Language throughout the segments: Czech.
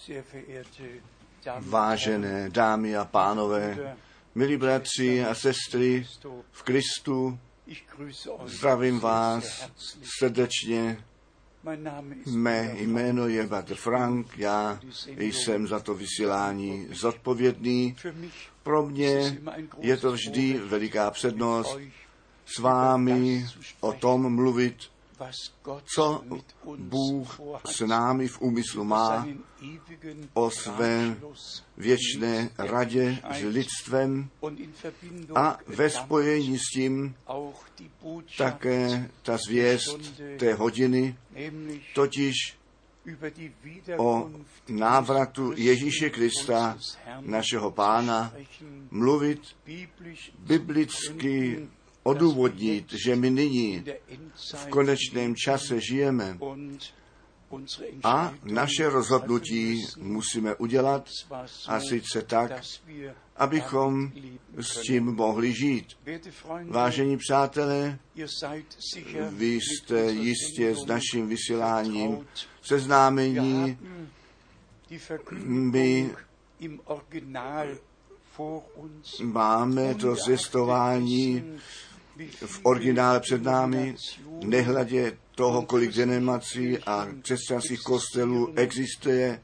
Vážené dámy a pánové, milí bratři a sestry v Kristu, zdravím vás srdečně. Mé jméno je bratr Frank, já jsem za to vysílání zodpovědný. Pro mě je to vždy veliká přednost s vámi o tom mluvit, co Bůh s námi v úmyslu má, o své věčné radě s lidstvem a ve spojení s tím také ta zvěst té hodiny, totiž o návratu Ježíše Krista, našeho Pána, mluvit biblicky, odůvodnit, že my nyní v konečném čase žijeme a naše rozhodnutí musíme udělat, a sice tak, abychom s tím mohli žít. Vážení přátelé, vy jste jistě s naším vysíláním seznámení. My máme to zvěstování v originále před námi, nehledě toho, kolik denominací a křesťanských kostelů existuje,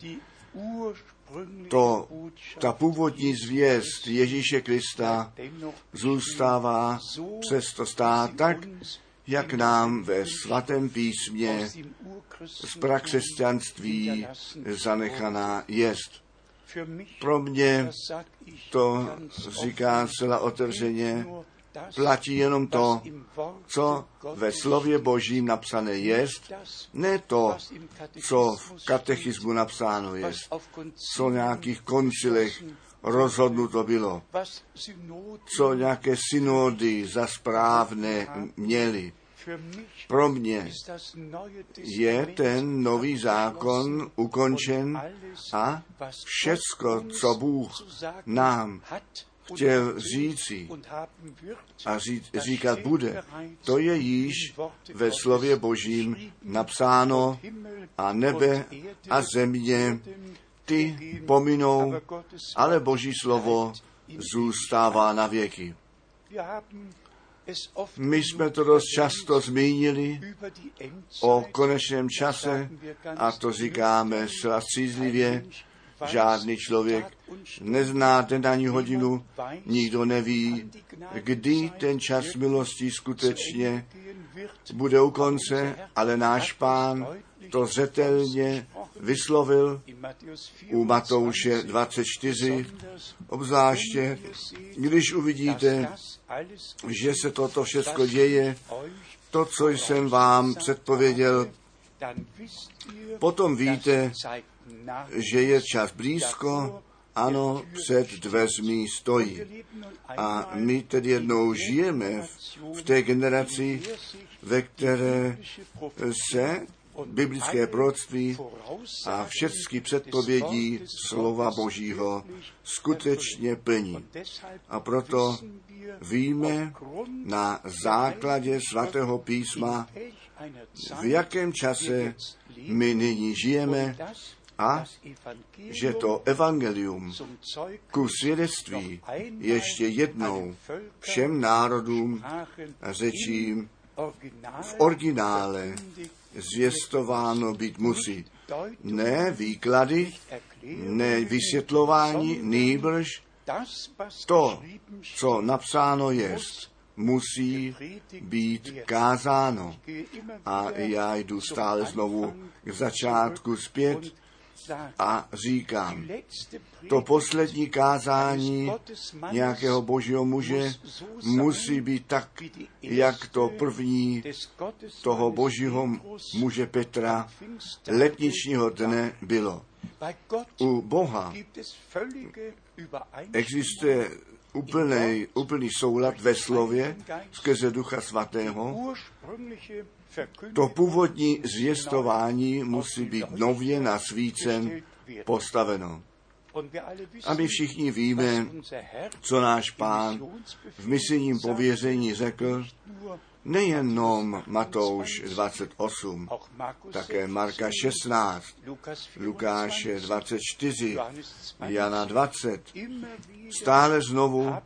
ta původní zvěst Ježíše Krista zůstává přesto stát tak, jak nám ve svatém písmě z prakřesťanství zanechaná jest. Pro mě to říká zcela otevřeně, platí jenom to, co ve slově Božím napsané jest, ne to, co v katechismu napsáno jest, co v nějakých koncilech rozhodnuto bylo, co nějaké synody za správné měly. Pro mě je ten nový zákon ukončen a všecko, co Bůh nám chtěl říci a říkat bude, to je již ve slově Božím napsáno a nebe a země ty pominou, ale Boží slovo zůstává na věky. My jsme to dost často zmínili o konečném čase a to říkáme zcela střízlivě. Žádný člověk nezná den ani hodinu, nikdo neví, kdy ten čas milosti skutečně bude u konce, ale náš Pán to zřetelně vyslovil u Matouše 24, obzvláště, když uvidíte, že se toto všechno děje, to, co jsem vám předpověděl, potom víte, že je čas blízko, ano, před dveřmi stojí. A my tedy jednou žijeme v té generaci, ve které se biblické proroctví a všechny předpovědí slova Božího skutečně plní. A proto víme na základě svatého písma, v jakém čase my nyní žijeme a že to evangelium ku svědectví ještě jednou všem národům a řečím v originále zvěstováno být musí. Ne výklady, ne vysvětlování, nýbrž to, co napsáno jest, musí být kázáno. A já jdu stále znovu k začátku zpět a říkám, to poslední kázání nějakého Božího muže musí být tak, jak to první toho Božího muže Petra letničního dne bylo. U Boha existuje úplný soulad ve slově skrze Ducha Svatého. To původní zvěstování musí být nově na svícen postaveno. A my všichni víme, co náš Pán v misijním pověření řekl, nejenom Matouš 28, také Marka 16, Lukáše 24, Jana 20. Stále znovu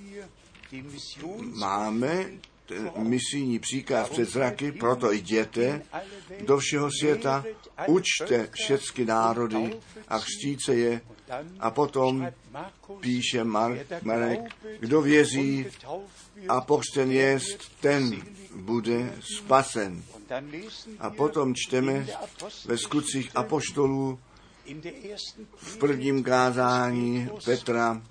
máme misijní příkaz před zraky, proto jděte do všeho světa, učte všechny národy a křtíte je. A potom píše Marek, kdo věří a pokřtěn jest, ten bude spasen. A potom čteme ve Skutcích apoštolů v prvním kázání Petra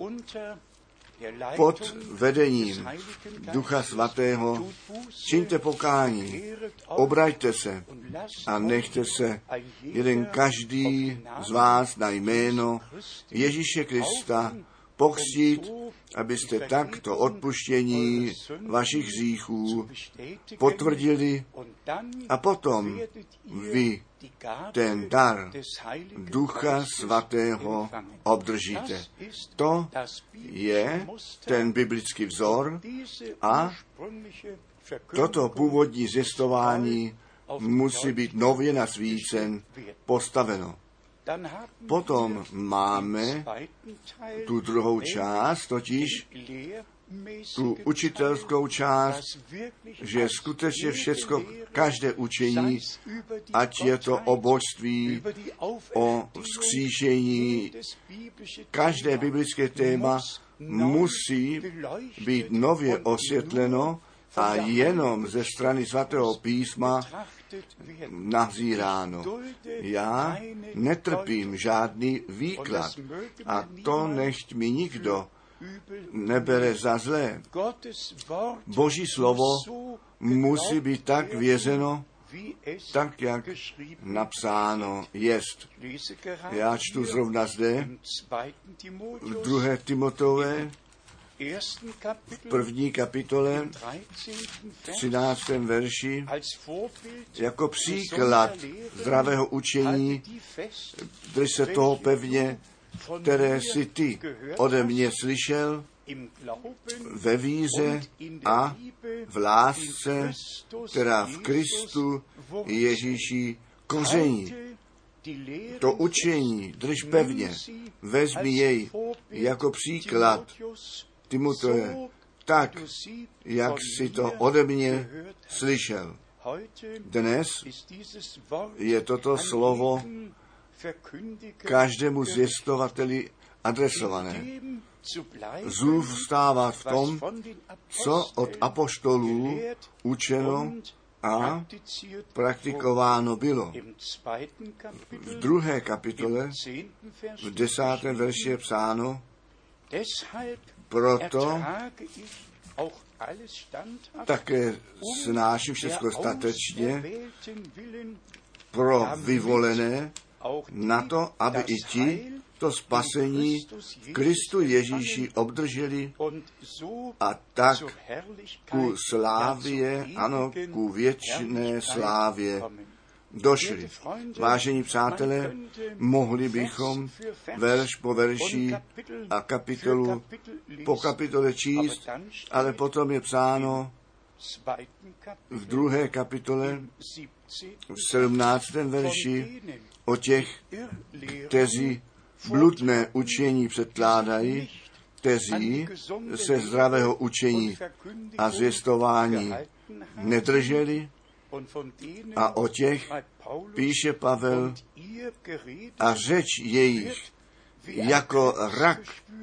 pod vedením Ducha Svatého, čiňte pokání, obraťte se a nechte se jeden každý z vás na jméno Ježíše Krista pokřtít, abyste takto odpuštění vašich hříchů potvrdili a potom vy ten dar Ducha Svatého obdržíte. To je ten biblický vzor a toto původní zjistování musí být nově nasvícen postaveno. Potom máme tu druhou část, totiž tu učitelskou část, že skutečně všecko, každé učení, ať je to o božství, o vzkříšení, každé biblické téma musí být nově osvětleno a jenom ze strany svatého písma nazíráno. Já netrpím žádný výklad a to nechť mi nikdo nebere za zlé. Boží slovo musí být tak vězeno, tak jak napsáno jest. Já čtu zrovna zde v 2. Timoteové v 1. kapitole v 13. verši jako příklad zdravého učení, drž se toho pevně, které si ty ode mě slyšel ve víře a v lásce, která v Kristu Ježíši koření. To učení drž pevně, vezmi jej jako příklad Timoteje, tak, jak si to ode mě slyšel. Dnes je toto slovo každému zvěstovateli adresované. Zůstávat v tom, co od apoštolů učeno a praktikováno bylo. V 2. kapitole, v 10. verši je psáno, proto také snáším všechno statečně pro vyvolené na to, aby i ti to spasení v Kristu Ježíši obdrželi a tak ku slávě, ano, ku věčné slávě došli. Vážení přátelé, mohli bychom verš po verši a kapitolu po kapitole číst, ale potom je psáno v 2. kapitole v 17. verši o těch, kteří bludné učení předkládají, kteří se zdravého učení a zvěstování nedrželi, a o těch píše Pavel a řeč jejich jako rak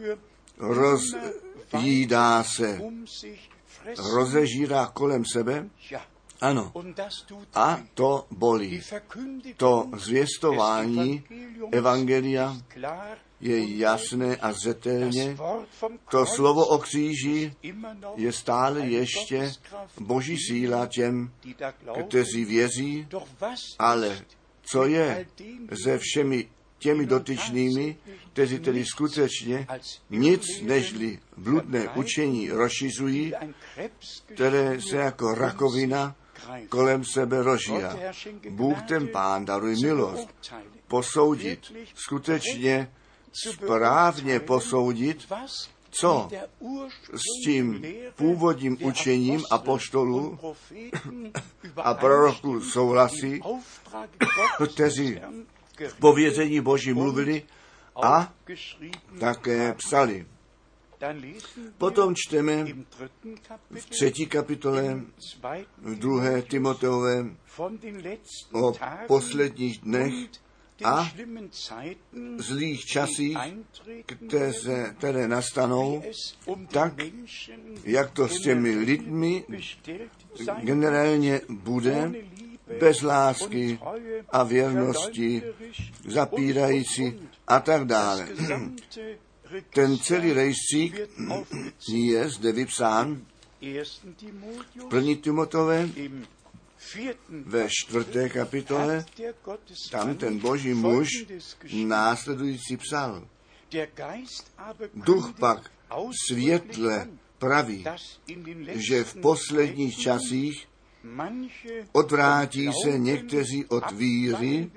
rozjídá se, rozežírá kolem sebe. Ano, a to bolí. To zvěstování evangelia je jasné a zřetelně. To slovo o kříži je stále ještě Boží síla těm, kteří věří, ale co je se všemi těmi dotyčnými, kteří tedy skutečně nic nežli bludné učení rozšiřují, které se jako rakovina kolem sebe rozžírá. Bůh ten Pán daruje milost posoudit skutečně správně posoudit, co s tím původním učením apoštolů a proroků souhlasí, kteří v pověření Boží mluvili a také psali. Potom čteme v 3. kapitole v 2. Timoteové o posledních dnech a zlých časích, které nastanou, tak jak to s těmi lidmi generálně bude, bez lásky a věrnosti, zapírající a tak dále. Ten celý rejstřík je zde vypsán v 1. Timotové ve 4. kapitole. Tam ten Boží muž následující psal. Duch pak světle praví, že v posledních časích odvrátí se někteří od víry,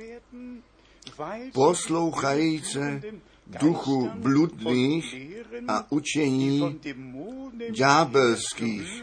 poslouchajíce duchu bludných a učení ďábelských.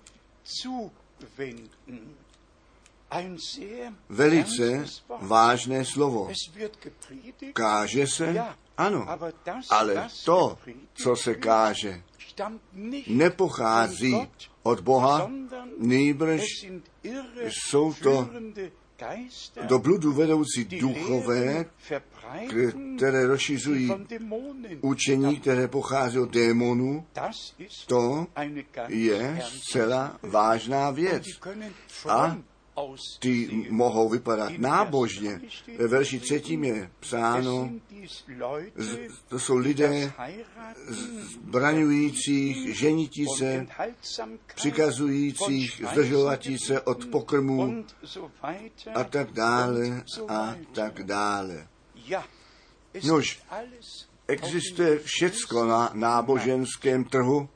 Velice vážné slovo. Káže se? Ano, ale to, co se káže, nepochází od Boha, nýbrž jsou to do bludu vedoucí duchové, které rozšiřují učení, které pochází od démonů. To je zcela vážná věc. A ty mohou vypadat nábožně. Ve verši 3. je psáno, to jsou lidé zbraňujících, ženití se, přikazujících, zdržovatí se od pokrmů a tak dále a tak dále. Nož, existuje všecko na náboženském trhu,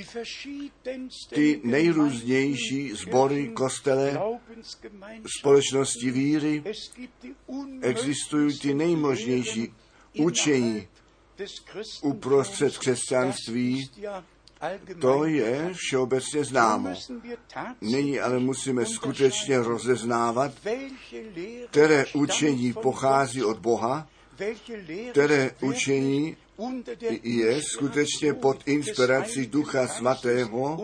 ty nejrůznější sbory, kostele, společnosti víry, existují ty nejmožnější učení uprostřed křesťanství, to je všeobecně známo. Nyní ale musíme skutečně rozeznávat, které učení pochází od Boha, které učení je skutečně pod inspirací Ducha Svatého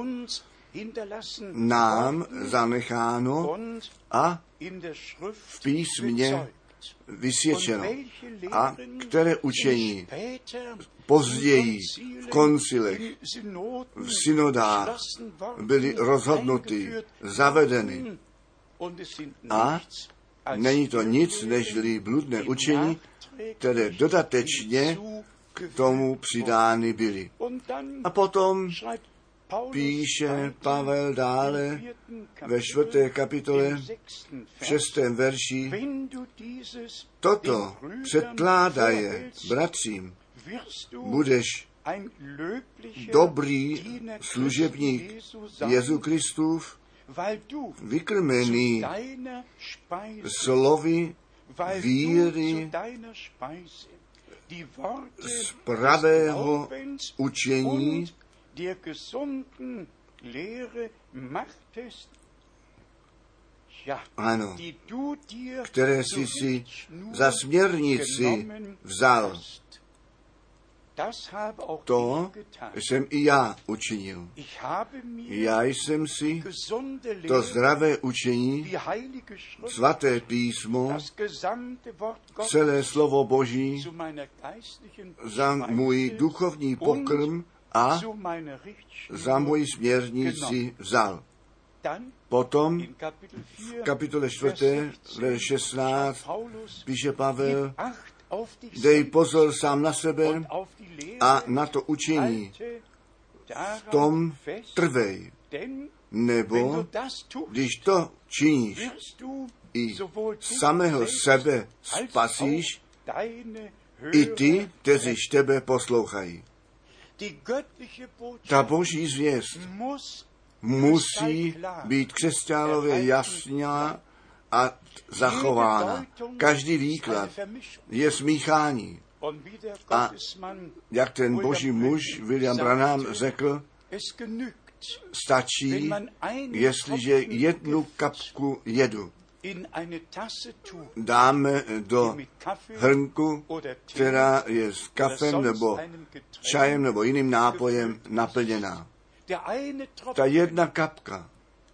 nám zanecháno a v písmě vysvědčeno. A které učení později v koncilech, v synodách byly rozhodnuty, zavedeny. A není to nic nežli bludné učení, které dodatečně k tomu přidány byly. A potom píše Pavel dále ve 4. kapitole v 6. verši, toto předkládaje bratřím, budeš dobrý služebník Jezu Kristův, vykrmený slovy víry z pravého učení, ano, které jsi si za směrnici vzal. To jsem i já učinil. Já jsem si to zdravé učení, svaté písmo, celé slovo Boží za můj duchovní pokrm a za moji směrnici vzal. Potom v kapitole 4. verš 16 píše Pavel, dej pozor sám na sebe a na to učení. V tom trvej, nebo když to činíš, i samého sebe spasíš, i ty, kteříž tebe poslouchají. Ta Boží zvěst musí být křesťanově jasná a zachována. Každý výklad je smíchání. A jak ten boží muž William Branham řekl, stačí, jestliže jednu kapku jedu dáme do hrnku, která je s kafem nebo čajem nebo jiným nápojem naplněná. Ta jedna kapka,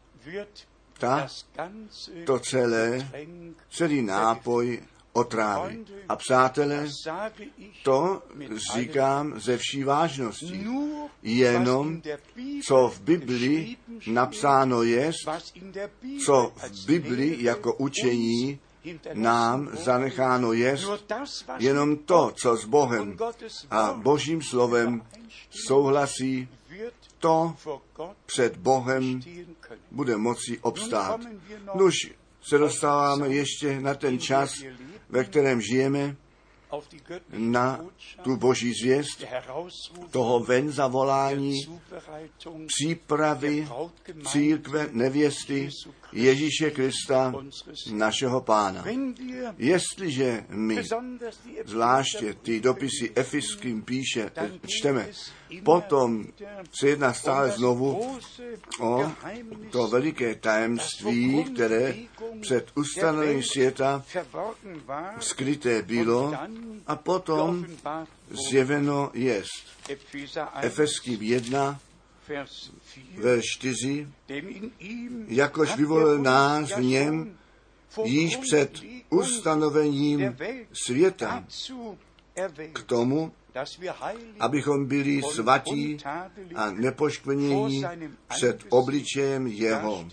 to celý nápoj otráví. A přátelé, to říkám ze vší vážností. Jenom, co v Biblii napsáno jest, co v Biblii jako učení nám zanecháno jest, jenom to, co s Bohem a Božím slovem souhlasí, to před Bohem bude moci obstát. Nuž se dostáváme ještě na ten čas, ve kterém žijeme, na tu boží zvěst, toho ven zavolání, přípravy církve nevěsty Ježíše Krista, našeho Pána. Jestliže my zvláště ty dopisy Efeským čteme, potom se jedná stále znovu o to veliké tajemství, které před ustanovením světa skryté bylo a potom zjeveno jest. Efeským 1, verš 4, jakož vyvolil nás v něm již před ustanovením světa k tomu, abychom byli svatí a nepoškvrnění před obličejem jeho.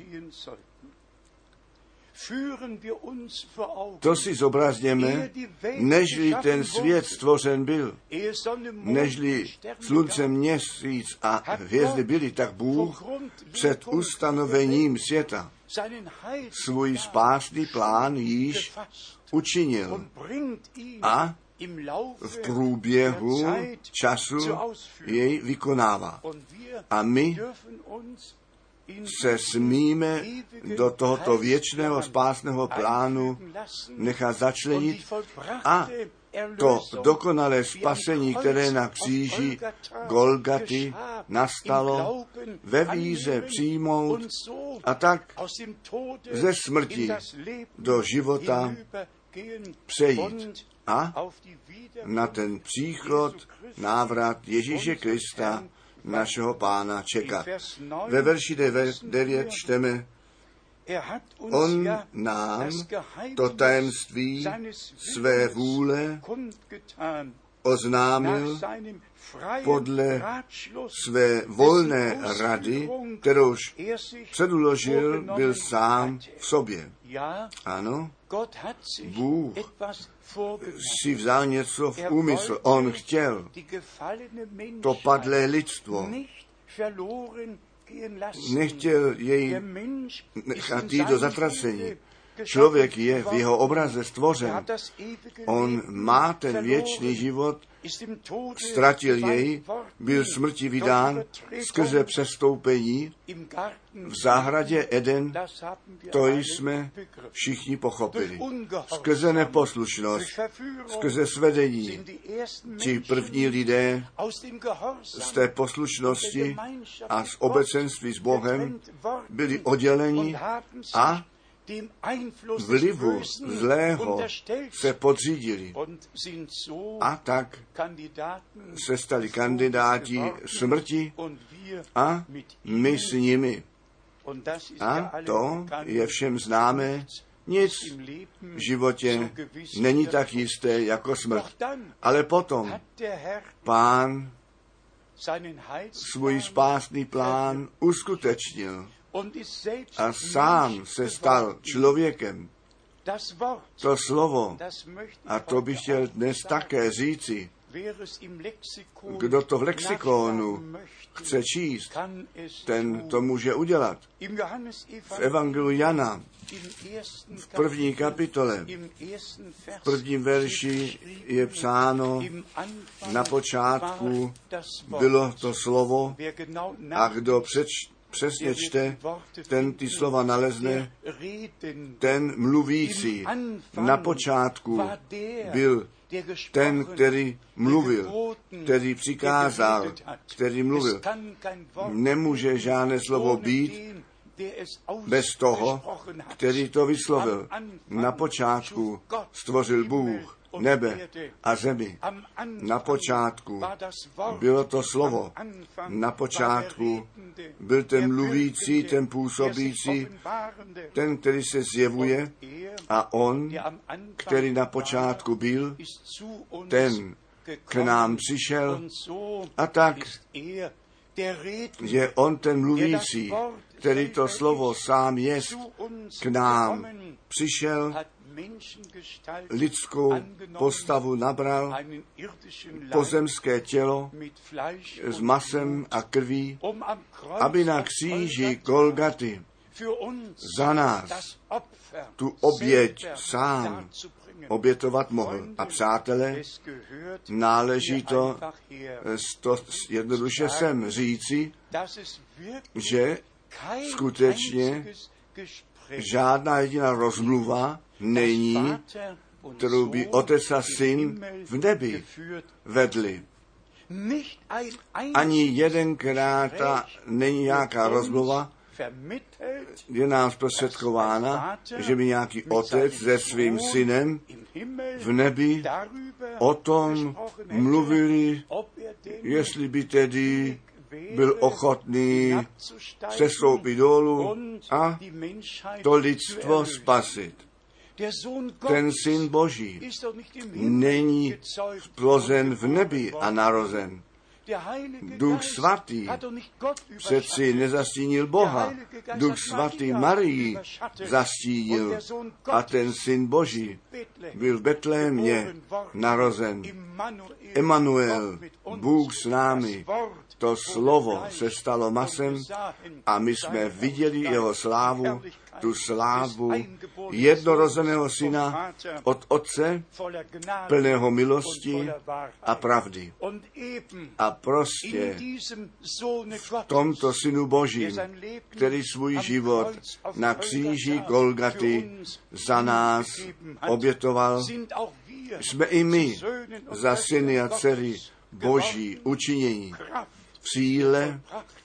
To si zobrazněme, nežli ten svět stvořen byl, nežli slunce, měsíc a hvězdy byly, tak Bůh před ustanovením světa svůj spásný plán již učinil a v průběhu času jej vykonává. A my se smíme do tohoto věčného spásného plánu nechat začlenit a to dokonalé spasení, které na kříži Golgaty nastalo, ve víře přijmout a tak ze smrti do života přejít a na ten příchod, návrat Ježíše Krista, našeho Pána, čekat. Ve verši 9 čteme, on nám to tajemství své vůle oznámil podle své volné rady, kterouž předložil byl sám v sobě. Ano, Bůh si vzal něco v úmysl. On chtěl to padlé lidstvo, nechtěl jej nechat jít do zatracení. Člověk je v jeho obraze stvořen. On má ten věčný život, ztratil jej, byl smrti vydán skrze přestoupení v zahradě Eden, to jsme všichni pochopili. Skrze neposlušnost, skrze svedení, ti první lidé z té poslušnosti a z obecenství s Bohem byli odděleni a vlivu zlého se podřídili a tak se stali kandidáti smrti a my s nimi. A to je všem známé, nic v životě není tak jisté jako smrt. Ale potom Pán svůj spásný plán uskutečnil a sám se stal člověkem. To slovo, a to bych chtěl dnes také říci, kdo to v lexikonu chce číst, ten to může udělat. V Evangeliu Jana, v 1. kapitole, v 1. verši je psáno, na počátku bylo to slovo a kdo přesně čte, ten ty slova nalezne, ten mluvící. Na počátku byl ten, který mluvil, který přikázal, který mluvil. Nemůže žádné slovo být bez toho, který to vyslovil. Na počátku stvořil Bůh nebe a zemi. Na počátku bylo to slovo. Na počátku byl ten mluvící, ten působící, ten, který se zjevuje, a on, který na počátku byl, ten k nám přišel, a tak je on ten mluvící, který to slovo sám jest, k nám přišel, lidskou postavu nabral, pozemské tělo s masem a krví, aby na kříži Golgaty za nás tu oběť sám obětovat mohl. A přátelé, náleží to jednoduše sem říci, že skutečně žádná jediná rozmluva není, kterou by Otec a Syn v nebi vedli. Ani jedenkrát není nějaká rozmluva, je nám zprostředkována, že by nějaký otec se svým synem v nebi o tom mluvili, jestli by tedy byl ochotný sestoupit dolů a to lidstvo spasit. Ten Syn Boží není splozen v nebi a narozen. Duch Svatý přeci nezastínil Boha. Duch Svatý Marii zastínil a ten Syn Boží byl v Betlémě narozen. Emanuel, Bůh s námi, to slovo se stalo masem a my jsme viděli jeho slávu, tu slávu jednorozeného syna od Otce, plného milosti a pravdy. A prostě v tomto Synu Božím, který svůj život na kříži Golgaty za nás obětoval, jsme i my za syny a dcery Boží učinění v síle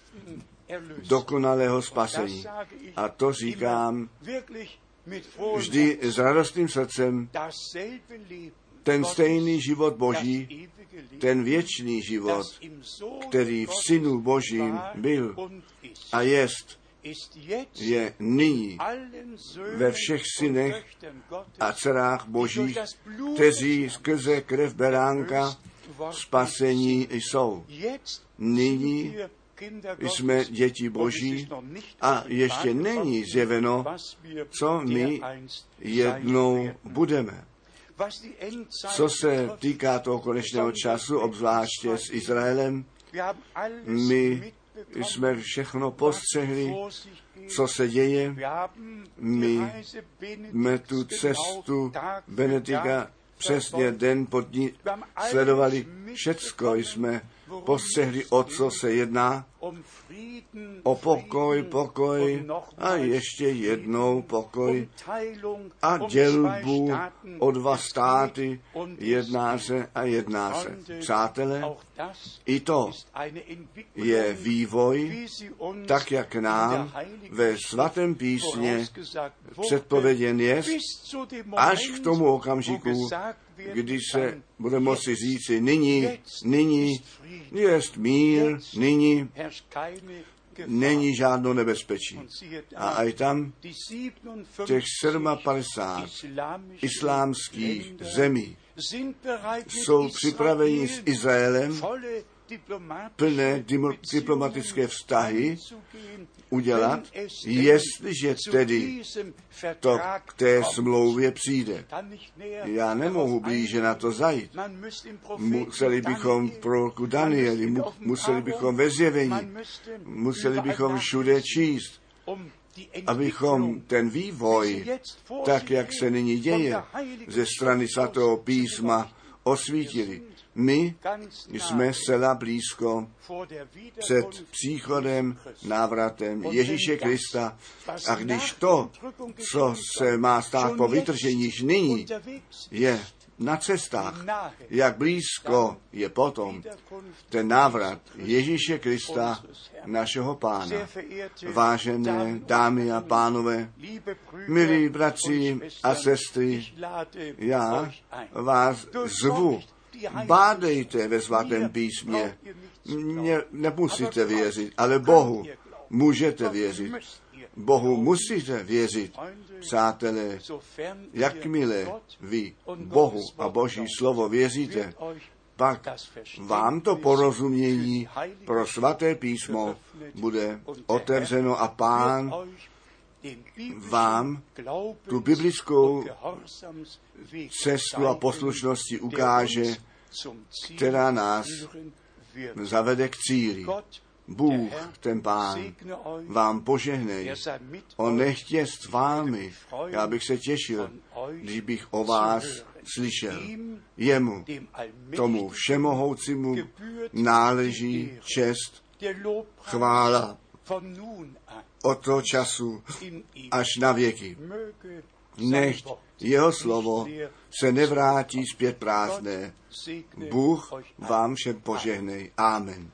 dokonalého spasení. A to říkám vždy s radostným srdcem, ten stejný život Boží, ten věčný život, který v Synu Božím byl a jest, je nyní ve všech synech a dcerách Božích, kteří skrze krev beránka spasení jsou. Nyní jsme děti Boží a ještě není zjeveno, co my jednou budeme. Co se týká toho konečného času, obzvláště s Izraelem, my jsme všechno postřehli, co se děje. My jsme tu cestu Benedika přesně den pod ní sledovali. Všecko jsme postřehli, o co se jedná. O pokoj a ještě jednou pokoj a dělbu o dva státy jedná se. Přátelé, i to je vývoj, tak jak nám ve svatém písmě předpověděn je, až k tomu okamžiku, kdy se bude moci říci, nyní jest mír, nyní není žádnou nebezpečí. A i tam těch 57 islámských zemí jsou připraveni s Izraelem plné diplomatické vztahy udělat, jestliže tedy to k té smlouvě přijde. Já nemohu blíže na to zajít. Museli bychom proroku Danieli, museli bychom ve zjevení, museli bychom všude číst, abychom ten vývoj, tak jak se nyní děje, ze strany svatého písma osvítili. My jsme zcela blízko před příchodem, návratem Ježíše Krista. A když to, co se má stát po vytržení již nyní, je na cestách, jak blízko je potom ten návrat Ježíše Krista, našeho Pána. Vážené dámy a pánové, milí bratři a sestry, já vás zvu, bádejte ve svatém písmě. Nemusíte věřit, ale Bohu můžete věřit. Bohu musíte věřit, přátelé, jakmile vy Bohu a Boží slovo věříte, pak vám to porozumění pro svaté písmo bude otevřeno a Pán vám tu biblickou cestu a poslušnosti ukáže, která nás zavede k cíli. Bůh, ten Pán, vám požehnej. On nechtě s vámi. Já bych se těšil, když bych o vás slyšel. Jemu, tomu všemohoucímu, náleží čest, chvála od toho času až na věky. Nechť jeho slovo se nevrátí zpět prázdné. Bůh vám všem požehnej. Amen.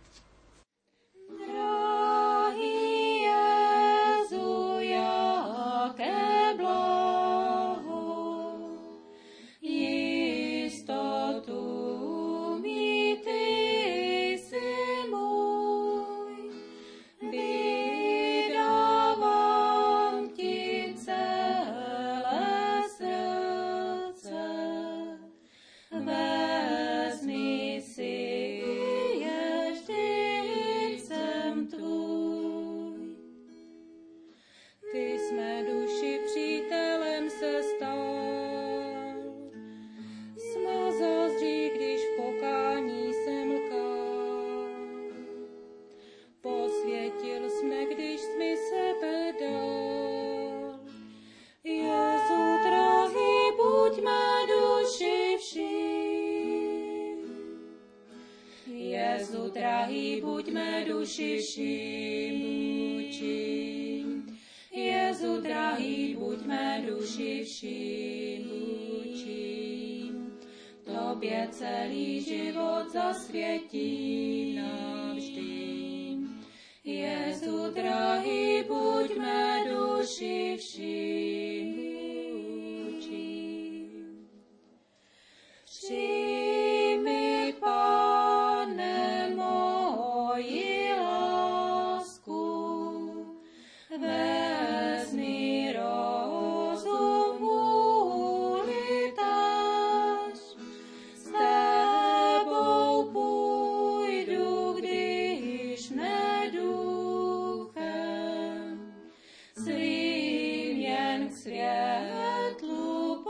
Drahý, buďme duši vším vůči. Jezu, drahý, buďme duši vším vůči. Tobě celý život zasvětím navždy. Jezu, drahý, buďme duši vším vůči. Přijmi, Pane, moji lásku, vezmi rozum vůli táž. S tebou půjdu, když neduchem svým jen k světlu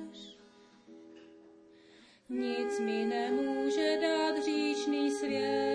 povedeš. Nic mi nemůže dát hříšný svět,